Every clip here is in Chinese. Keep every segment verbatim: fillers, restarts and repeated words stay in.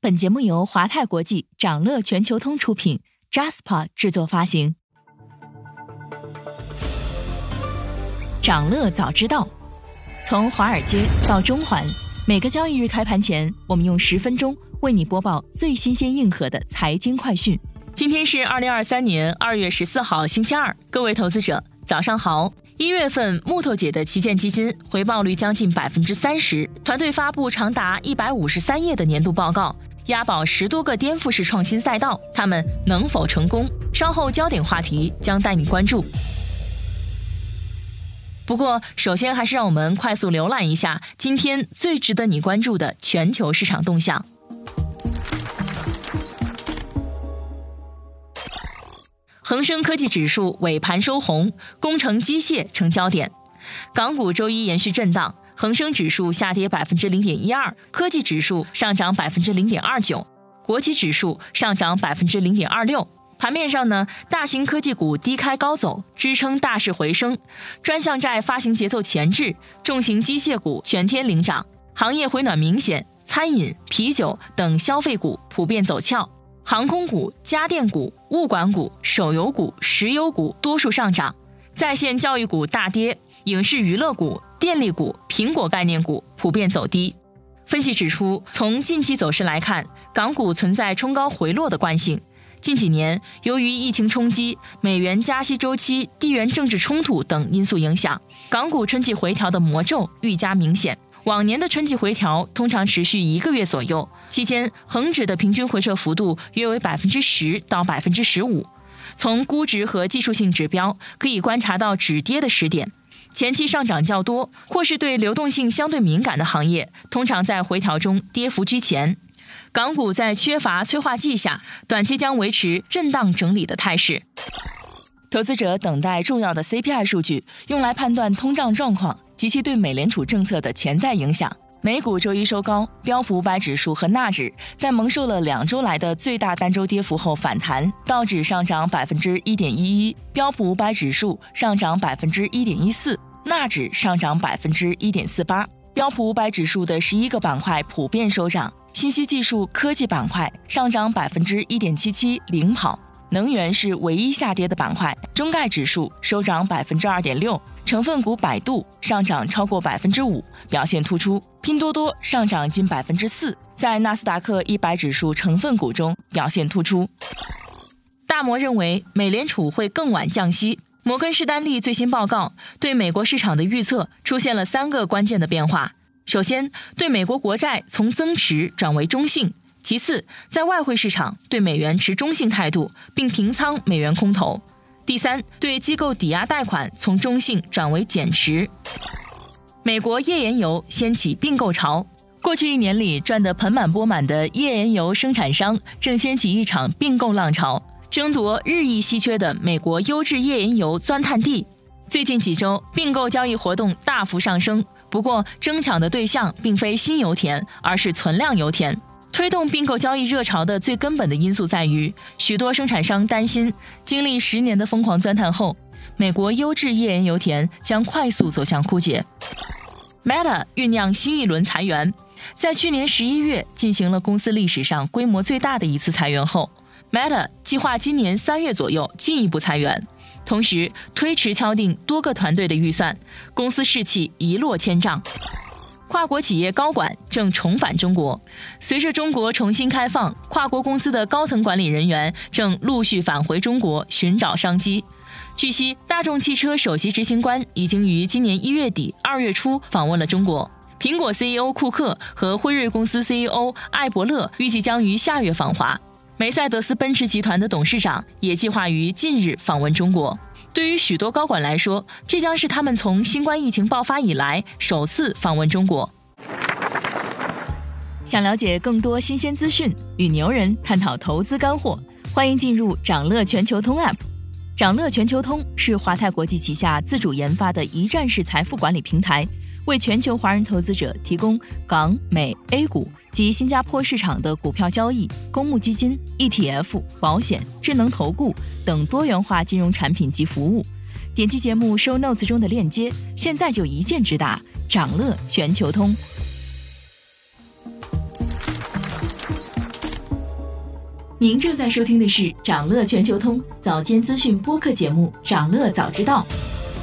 本节目由华泰国际、掌乐全球通出品 ，Jaspa 制作发行。掌乐早知道，从华尔街到中环，每个交易日开盘前，我们用十分钟为你播报最新鲜硬核的财经快讯。今天是二零二三年二月十四号，星期二，各位投资者早上好。一月份木头姐的旗舰基金回报率将近百分之三十，团队发布长达一百五十三页的年度报告，押宝十多个颠覆式创新赛道，他们能否成功？稍后焦点话题将带你关注。不过，首先还是让我们快速浏览一下今天最值得你关注的全球市场动向。恒生科技指数尾盘收红，工程机械成焦点。港股周一延续震荡，恒生指数下跌百分之零点一二，科技指数上涨百分之零点二九，国企指数上涨百分之零点二六。盘面上呢，大型科技股低开高走，支撑大势回升。专项债发行节奏前置，重型机械股全天领涨，行业回暖明显，餐饮、啤酒等消费股普遍走俏。航空股、家电股、物管股、手游股、石油股多数上涨，在线教育股大跌，影视娱乐股、电力股、苹果概念股普遍走低。分析指出，从近期走势来看，港股存在冲高回落的惯性。近几年，由于疫情冲击、美元加息周期、地缘政治冲突等因素影响，港股春季回调的魔咒愈加明显。往年的春季回调通常持续一个月左右，期间恒指的平均回撤幅度约为百分之十到百分之十五。从估值和技术性指标可以观察到止跌的时点，前期上涨较多或是对流动性相对敏感的行业，通常在回调中跌幅居前。港股在缺乏催化剂下，短期将维持震荡整理的态势。投资者等待重要的 C P I 数据，用来判断通胀状况及其对美联储政策的潜在影响。美股周一收高，标普五百指数和纳指在蒙受了两周来的最大单周跌幅后反弹，道指上涨百分之一点一一，标普五百指数上涨百分之一点一四，纳指上涨百分之一点四八。标普五百指数的十一个板块普遍收涨，信息技术、科技板块上涨百分之一点七七，领跑。能源是唯一下跌的板块，中概指数收涨百分之二点六，成分股百度上涨超过百分之五，表现突出。拼多多上涨近百分之四，在纳斯达克一百指数成分股中表现突出。大摩认为美联储会更晚降息。摩根士丹利最新报告对美国市场的预测出现了三个关键的变化。首先，对美国国债从增持转为中性。其次，在外汇市场对美元持中性态度，并平仓美元空头。第三，对机构抵押贷款从中性转为减持。美国页岩油掀起并购潮，过去一年里赚得盆满钵满的页岩油生产商正掀起一场并购浪潮，争夺日益稀缺的美国优质页岩油钻探地。最近几周，并购交易活动大幅上升，不过争抢的对象并非新油田，而是存量油田。推动并购交易热潮的最根本的因素在于，许多生产商担心，经历十年的疯狂钻探后，美国优质页岩油田将快速走向枯竭。Meta 酝酿新一轮裁员，在去年十一月进行了公司历史上规模最大的一次裁员后， Meta 计划今年三月左右进一步裁员，同时推迟敲定多个团队的预算，公司士气一落千丈。跨国企业高管正重返中国，随着中国重新开放，跨国公司的高层管理人员正陆续返回中国寻找商机。据悉，大众汽车首席执行官已经于今年一月底、二月初访问了中国。苹果 C E O 库克和辉瑞公司 C E O 艾伯勒预计将于下月访华。梅赛德斯奔驰集团的董事长也计划于近日访问中国。对于许多高管来说，这将是他们从新冠疫情爆发以来首次访问中国。想了解更多新鲜资讯，与牛人探讨投资干货，欢迎进入掌乐全球通 App。掌乐全球通是华泰国际旗下自主研发的一站式财富管理平台，为全球华人投资者提供港、美、A 股及新加坡市场的股票交易、公募基金、E T F、保险、智能投顾等多元化金融产品及服务。点击节目 show notes 中的链接，现在就一键直达掌乐全球通。 您正在收听的是长乐全球通早间资讯播客节目《长乐早知道》。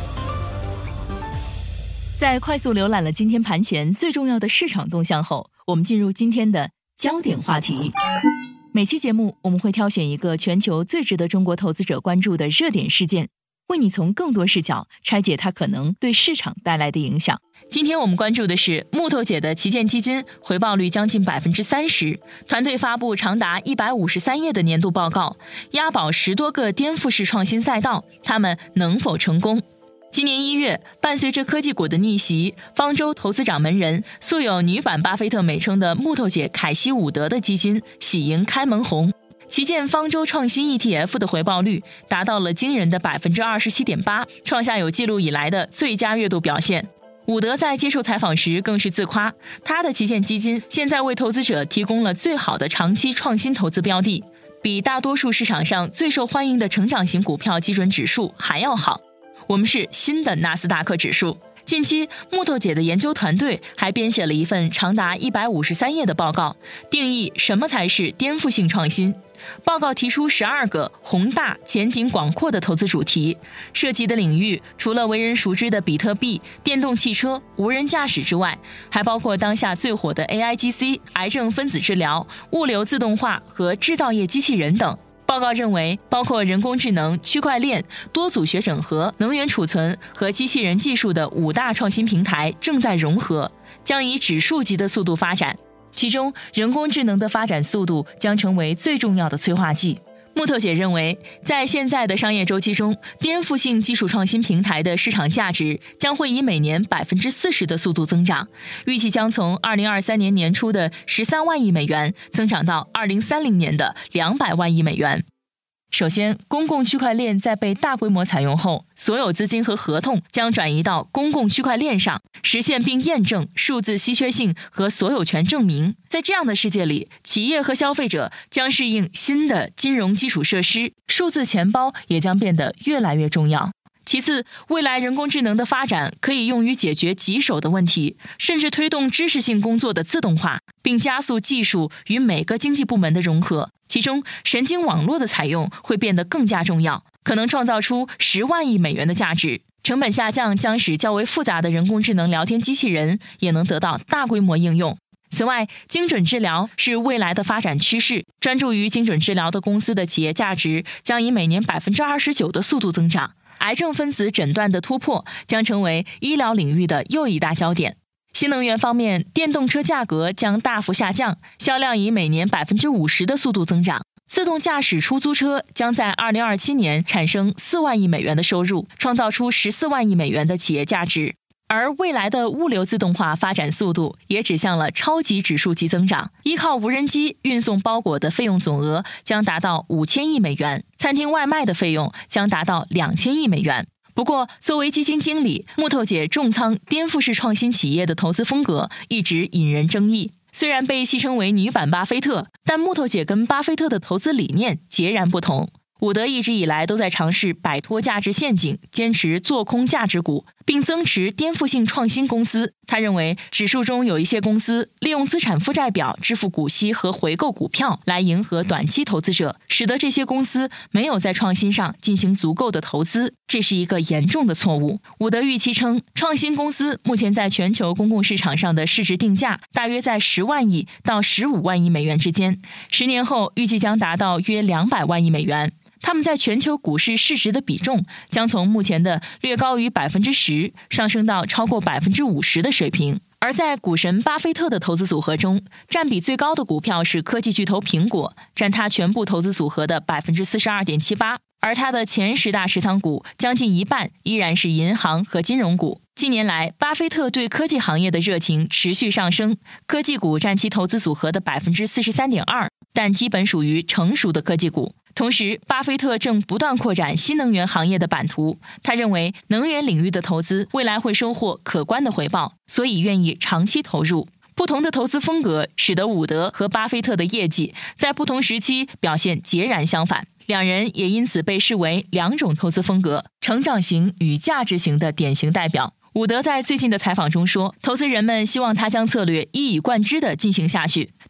在快速浏览了今天盘前最重要的市场动向后，我们进入今天的焦点话题。每期节目我们会挑选一个全球最值得中国投资者关注的热点事件，为你从更多视角拆解它可能对市场带来的影响。今天我们关注的是木头姐的旗舰基金回报率将近百分之三十，团队发布长达一百五十三页的年度报告，押宝十多个颠覆式创新赛道，他们能否成功？今年一月，伴随着科技股的逆袭，方舟投资掌门人、素有女版巴菲特美称的木头姐凯西伍德的基金喜迎开门红，旗舰方舟创新 E T F 的回报率达到了惊人的 百分之二十七点八， 创下有记录以来的最佳月度表现。伍德在接受采访时更是自夸，他的旗舰基金现在为投资者提供了最好的长期创新投资标的，比大多数市场上最受欢迎的成长型股票基准指数还要好。我们是新的纳斯达克指数。近期，木头姐的研究团队还编写了一份长达一百五十三页的报告，定义什么才是颠覆性创新。报告提出十二个宏大、前景广阔的投资主题，涉及的领域除了为人熟知的比特币、电动汽车、无人驾驶之外，还包括当下最火的 A I G C、癌症分子治疗、物流自动化和制造业机器人等。报告认为，包括人工智能、区块链、多组学整合、能源储存和机器人技术的五大创新平台正在融合，将以指数级的速度发展。其中，人工智能的发展速度将成为最重要的催化剂。木头姐认为，在现在的商业周期中，颠覆性技术创新平台的市场价值将会以每年 百分之四十 的速度增长，预计将从二零二三年年初的十三万亿美元增长到二零三零年的两百万亿美元。首先，公共区块链在被大规模采用后，所有资金和合同将转移到公共区块链上，实现并验证数字稀缺性和所有权证明。在这样的世界里，企业和消费者将适应新的金融基础设施，数字钱包也将变得越来越重要。其次，未来人工智能的发展可以用于解决棘手的问题，甚至推动知识性工作的自动化，并加速技术与每个经济部门的融合。其中，神经网络的采用会变得更加重要，可能创造出十万亿美元的价值。成本下降将使较为复杂的人工智能聊天机器人也能得到大规模应用。此外，精准治疗是未来的发展趋势，专注于精准治疗的公司的企业价值将以每年 百分之二十九 的速度增长。癌症分子诊断的突破将成为医疗领域的又一大焦点。新能源方面，电动车价格将大幅下降，销量以每年 百分之五十 的速度增长。自动驾驶出租车将在二零二七年产生四万亿美元的收入，创造出十四万亿美元的企业价值。而未来的物流自动化发展速度也指向了超级指数级增长，依靠无人机运送包裹的费用总额将达到五千亿美元，餐厅外卖的费用将达到两千亿美元。不过，作为基金经理，木头姐重仓颠覆式创新企业的投资风格一直引人争议。虽然被戏称为女版巴菲特，但木头姐跟巴菲特的投资理念截然不同。伍德一直以来都在尝试摆脱价值陷阱，坚持做空价值股，并增持颠覆性创新公司。他认为，指数中有一些公司利用资产负债表支付股息和回购股票来迎合短期投资者，使得这些公司没有在创新上进行足够的投资，这是一个严重的错误。伍德预期称，创新公司目前在全球公共市场上的市值定价大约在十万亿到十五万亿美元之间，十年后预计将达到约两百万亿美元。他们在全球股市市值的比重将从目前的略高于 百分之十 上升到超过 百分之五十 的水平。而在股神巴菲特的投资组合中，占比最高的股票是科技巨头苹果，占他全部投资组合的 百分之四十二点七八， 而他的前十大持仓股将近一半依然是银行和金融股。近年来，巴菲特对科技行业的热情持续上升，科技股占其投资组合的 百分之四十三点二， 但基本属于成熟的科技股。同时，巴菲特正不断扩展新能源行业的版图。他认为，能源领域的投资未来会收获可观的回报，所以愿意长期投入。不同的投资风格使得伍德和巴菲特的业绩在不同时期表现截然相反，两人也因此被视为两种投资风格，成长型与价值型的典型代表。伍德在最近的采访中说，投资人们希望他将策略一以贯之地进行下去，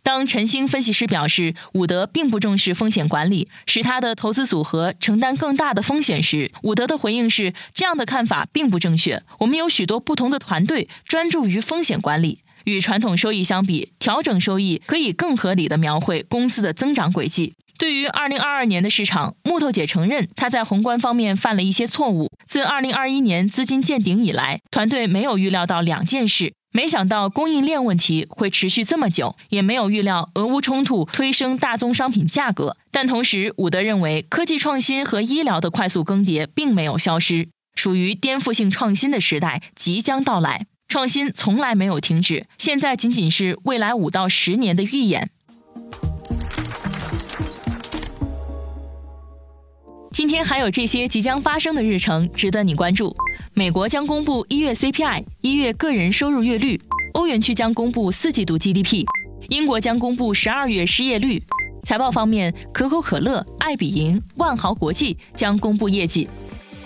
当陈星分析师表示伍德并不重视风险管理，使他的投资组合承担更大的风险时，伍德的回应是这样的看法并不正确，我们有许多不同的团队专注于风险管理。与传统收益相比，调整收益可以更合理地描绘公司的增长轨迹。对于二零二二年的市场，木头姐承认她在宏观方面犯了一些错误。自二零二一年资金见顶以来，团队没有预料到两件事。没想到供应链问题会持续这么久，也没有预料俄乌冲突推升大宗商品价格。但同时，伍德认为科技创新和医疗的快速更迭并没有消失，属于颠覆性创新的时代即将到来。创新从来没有停止，现在仅仅是未来五到十年的预演。今天还有这些即将发生的日程值得你关注：美国将公布一月 C P I， 一月个人收入月率；欧元区将公布四季度 G D P； 英国将公布十二月失业率。财报方面，可口可乐、爱彼迎、万豪国际将公布业绩。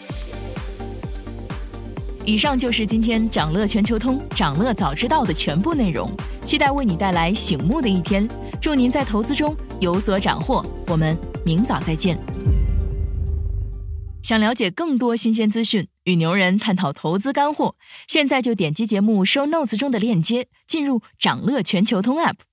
以上就是今天掌乐全球通、掌乐早知道的全部内容，期待为你带来醒目的一天。祝您在投资中有所斩获，我们明早再见。想了解更多新鲜资讯，与牛人探讨投资干货，现在就点击节目 show notes 中的链接，进入掌乐全球通 App。